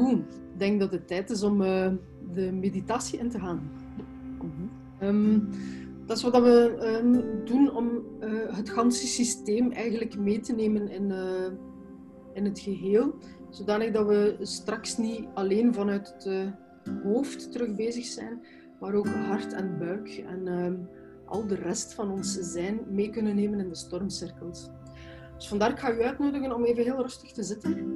Goed, ik denk dat het tijd is om de meditatie in te gaan. Dat is wat we doen om het ganse systeem eigenlijk mee te nemen in het geheel. Zodanig dat we straks niet alleen vanuit het hoofd terug bezig zijn, maar ook hart en buik en al de rest van ons zijn mee kunnen nemen in de stormcirkels. Dus vandaar, ik ga u uitnodigen om even heel rustig te zitten.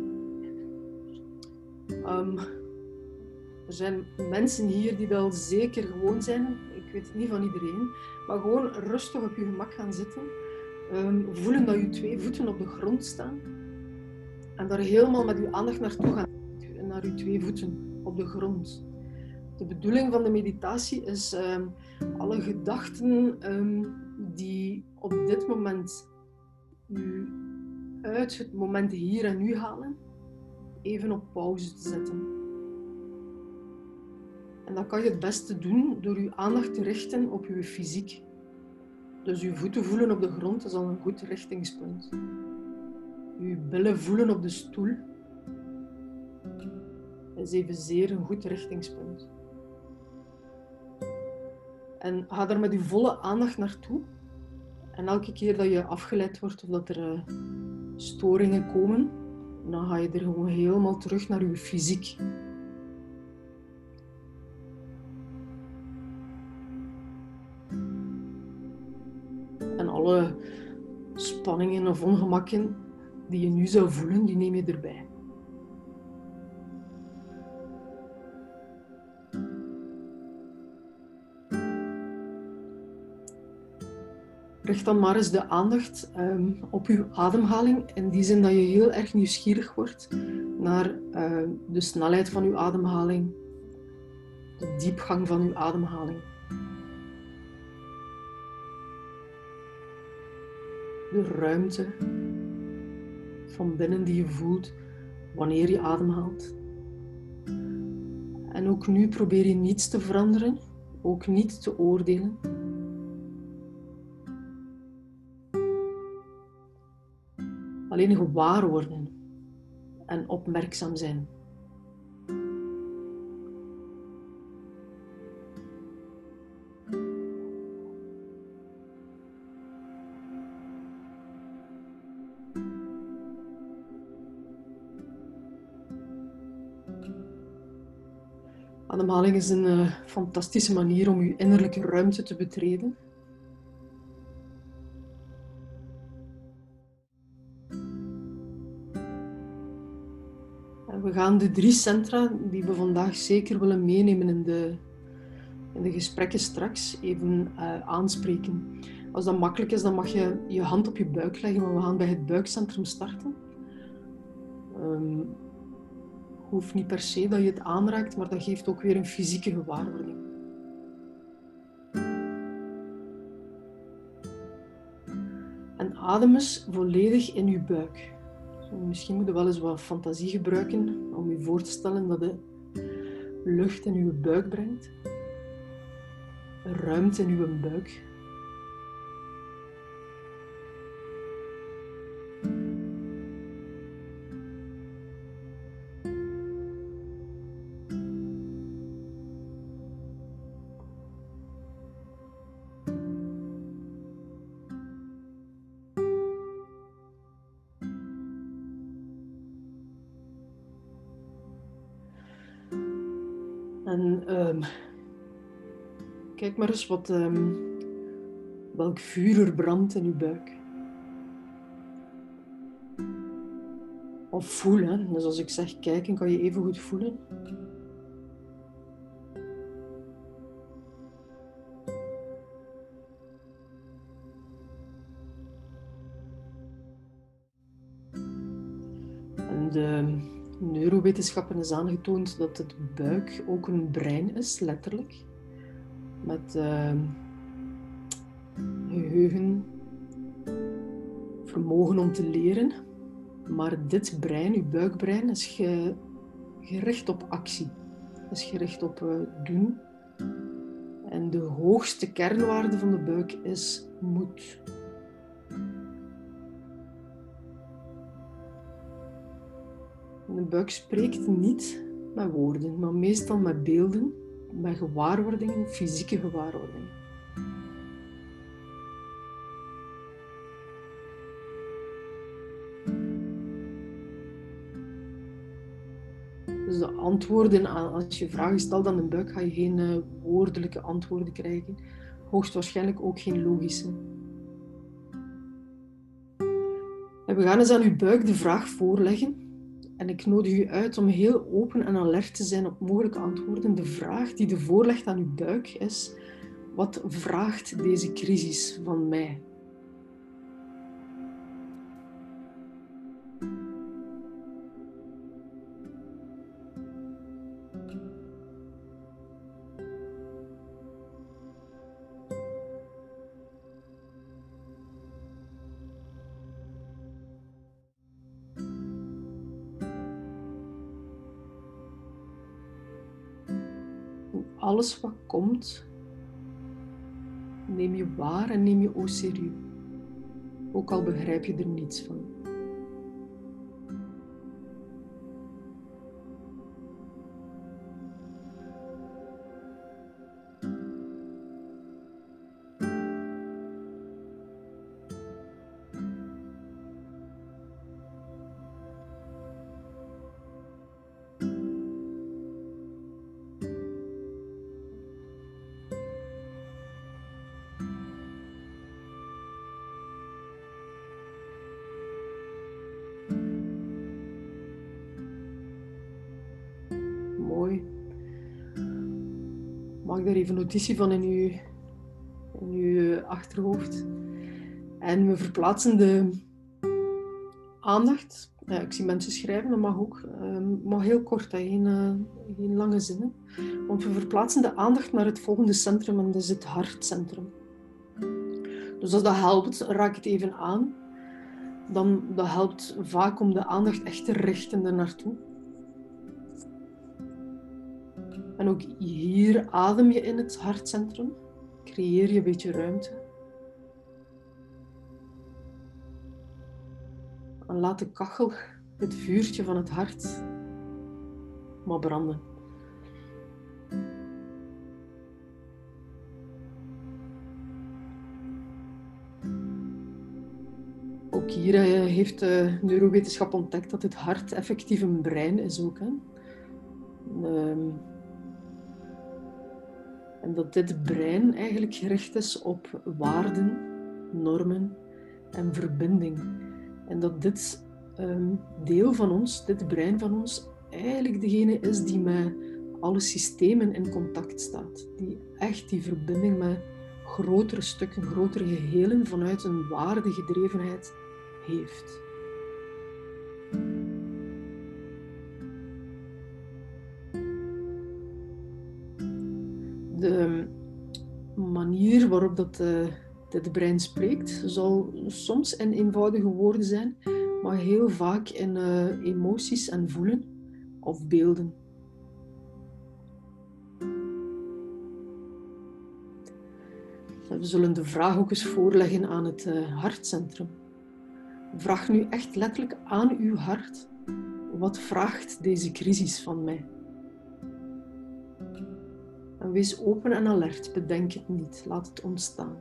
Er zijn mensen hier die wel zeker gewoon zijn. Ik weet het niet van iedereen. Maar gewoon rustig op je gemak gaan zitten. Voelen dat je 2 voeten op de grond staan. En daar helemaal met je aandacht naartoe gaan. Naar je 2 voeten op de grond. De bedoeling van de meditatie is alle gedachten die op dit moment u uit het moment hier en nu halen, even op pauze te zetten. En dat kan je het beste doen door je aandacht te richten op je fysiek. Dus je voeten voelen op de grond is al een goed richtingspunt. Je billen voelen op de stoel is evenzeer een goed richtingspunt. En ga er met je volle aandacht naartoe. En elke keer dat je afgeleid wordt of dat er storingen komen, dan ga je er gewoon helemaal terug naar je fysiek. En alle spanningen of ongemakken die je nu zou voelen, die neem je erbij. Richt dan maar eens de aandacht op je ademhaling. In die zin dat je heel erg nieuwsgierig wordt naar de snelheid van je ademhaling, de diepgang van je ademhaling. De ruimte van binnen die je voelt wanneer je ademhaalt. En ook nu probeer je niets te veranderen, ook niet te oordelen. Alleen gewaar worden en opmerkzaam zijn. Ademhaling is een fantastische manier om je innerlijke ruimte te betreden. En we gaan de 3 centra die we vandaag zeker willen meenemen in de gesprekken straks even aanspreken. Als dat makkelijk is, dan mag je je hand op je buik leggen, maar we gaan bij het buikcentrum starten. Hoeft niet per se dat je het aanraakt, maar dat geeft ook weer een fysieke gewaarwording. En adem eens volledig in je buik. Misschien moet je wel eens wat fantasie gebruiken om je voor te stellen dat de lucht in je buik brengt. Ruimte in je buik. En kijk maar eens welk vuur er brandt in je buik. Of voelen. Dus als ik zeg kijken, kan je even goed voelen. En de neurowetenschappen is aangetoond dat het buik ook een brein is, letterlijk. Met geheugen, vermogen om te leren. Maar dit brein, uw buikbrein, is gericht op actie. Is gericht op doen. En de hoogste kernwaarde van de buik is moed. De buik spreekt niet, met woorden, maar meestal met beelden, met gewaarwordingen, fysieke gewaarwordingen. Dus de antwoorden, als je vragen stelt aan de buik, ga je geen woordelijke antwoorden krijgen. Hoogstwaarschijnlijk ook geen logische. En we gaan eens aan uw buik de vraag voorleggen. En ik nodig u uit om heel open en alert te zijn op mogelijke antwoorden. De vraag die de voorlegt aan uw buik is: wat vraagt deze crisis van mij? Alles wat komt, neem je waar en neem je au sérieux. Ook al begrijp je er niets van. Mooi. Maak daar even notitie van in uw achterhoofd. En we verplaatsen de aandacht. Ja, ik zie mensen schrijven, dat mag ook. Maar heel kort, geen lange zinnen. Want we verplaatsen de aandacht naar het volgende centrum en dat is het hartcentrum. Dus als dat helpt, raak het even aan. Dat helpt vaak om de aandacht echt te richten ernaartoe. En ook hier adem je in het hartcentrum. Creëer je een beetje ruimte. En laat de kachel, het vuurtje van het hart, maar branden. Ook hier heeft de neurowetenschap ontdekt dat het hart effectief een brein is ook. Hè. En dat dit brein eigenlijk gericht is op waarden, normen en verbinding. En dat dit deel van ons, dit brein van ons, eigenlijk degene is die met alle systemen in contact staat. Die echt die verbinding met grotere stukken, grotere gehelen vanuit een waardegedrevenheid heeft. De manier waarop dit brein spreekt, zal soms in eenvoudige woorden zijn, maar heel vaak in emoties en voelen of beelden. We zullen de vraag ook eens voorleggen aan het hartcentrum. Vraag nu echt letterlijk aan uw hart: wat vraagt deze crisis van mij? En wees open en alert, bedenk het niet, laat het ontstaan.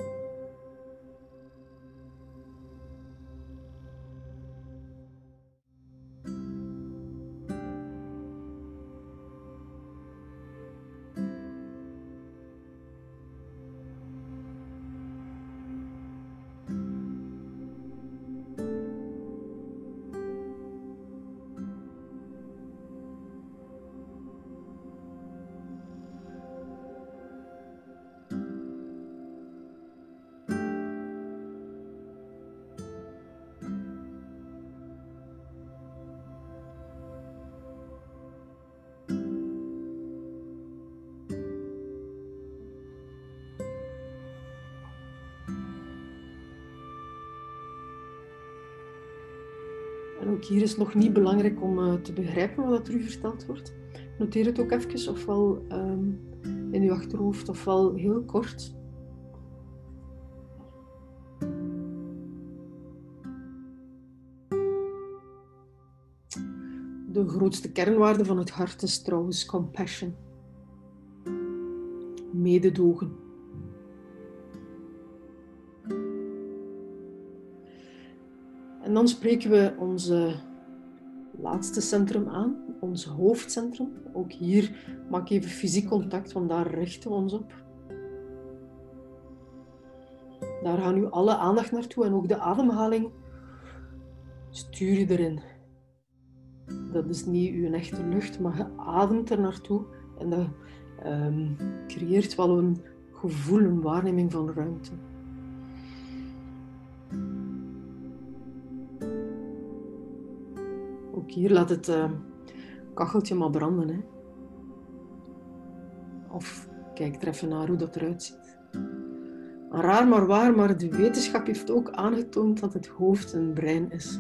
En ook hier is het nog niet belangrijk om te begrijpen wat er u verteld wordt. Noteer het ook even, ofwel in uw achterhoofd, ofwel heel kort. De grootste kernwaarde van het hart is trouwens compassion. Mededogen. En dan spreken we ons laatste centrum aan, ons hoofdcentrum. Ook hier maak even fysiek contact, want daar richten we ons op. Daar gaat nu alle aandacht naartoe en ook de ademhaling stuur je erin. Dat is niet uw echte lucht, maar je ademt er naartoe en dat creëert wel een gevoel, een waarneming van ruimte. Ook hier laat het kacheltje maar branden. Hè. Of kijk er even naar hoe dat eruit ziet. Raar maar waar, maar de wetenschap heeft ook aangetoond dat het hoofd een brein is.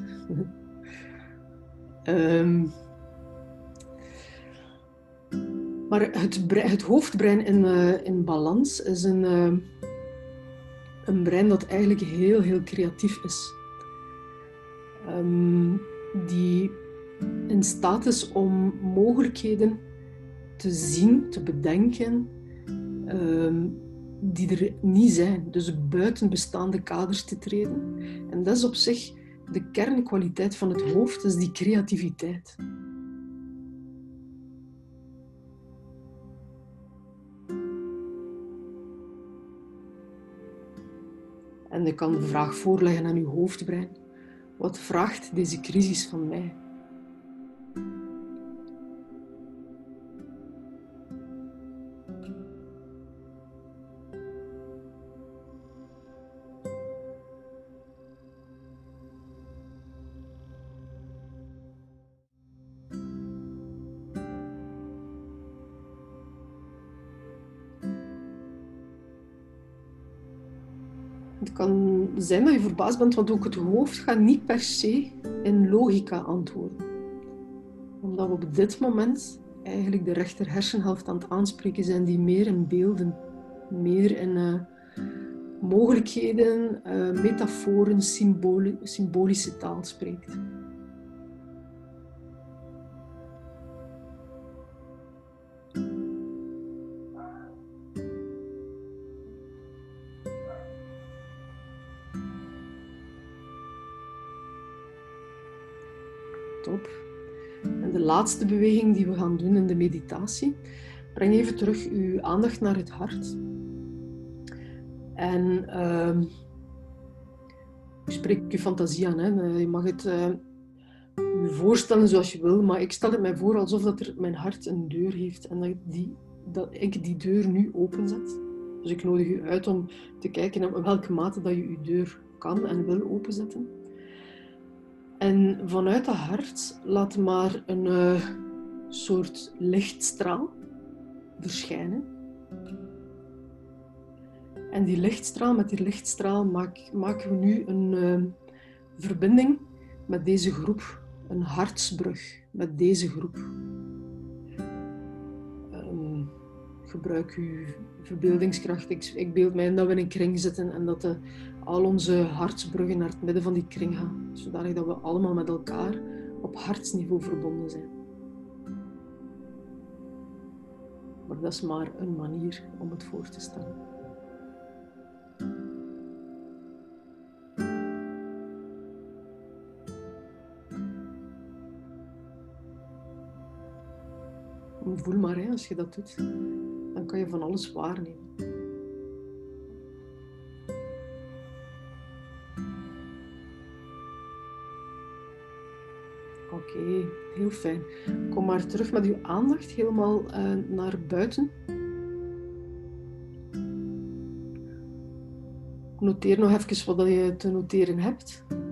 Maar het hoofdbrein in balans is een brein dat eigenlijk heel, heel creatief is. Die in staat is om mogelijkheden te zien, te bedenken, die er niet zijn. Dus buiten bestaande kaders te treden. En dat is op zich de kernkwaliteit van het hoofd, is die creativiteit. En ik kan de vraag voorleggen aan uw hoofdbrein. Wat vraagt deze crisis van mij? Het kan zijn dat je verbaasd bent, want ook het hoofd gaat niet per se in logica antwoorden. Omdat we op dit moment eigenlijk de rechter hersenhelft aan het aanspreken zijn die meer in beelden, meer in mogelijkheden, metaforen, symbolische taal spreekt. Top. En de laatste beweging die we gaan doen in de meditatie, breng even terug uw aandacht naar het hart. En spreek je fantasie aan. Hè. Je mag het je voorstellen zoals je wil, maar ik stel het mij voor alsof dat mijn hart een deur heeft en dat ik die deur nu openzet. Dus ik nodig u uit om te kijken in welke mate dat je uw deur kan en wil openzetten. En vanuit dat hart laat maar een soort lichtstraal verschijnen. En die lichtstraal, met die lichtstraal maken we nu een verbinding met deze groep. Een hartsbrug met deze groep. Gebruik uw verbeeldingskracht. Ik beeld mij in dat we in een kring zitten en dat al onze hartsbruggen naar het midden van die kring gaan. Zodat we allemaal met elkaar op hartsniveau verbonden zijn. Maar dat is maar een manier om het voor te stellen. Voel maar, hè, als je dat doet, dan kan je van alles waarnemen. Oké, heel fijn. Kom maar terug met uw aandacht helemaal naar buiten. Noteer nog even wat je te noteren hebt.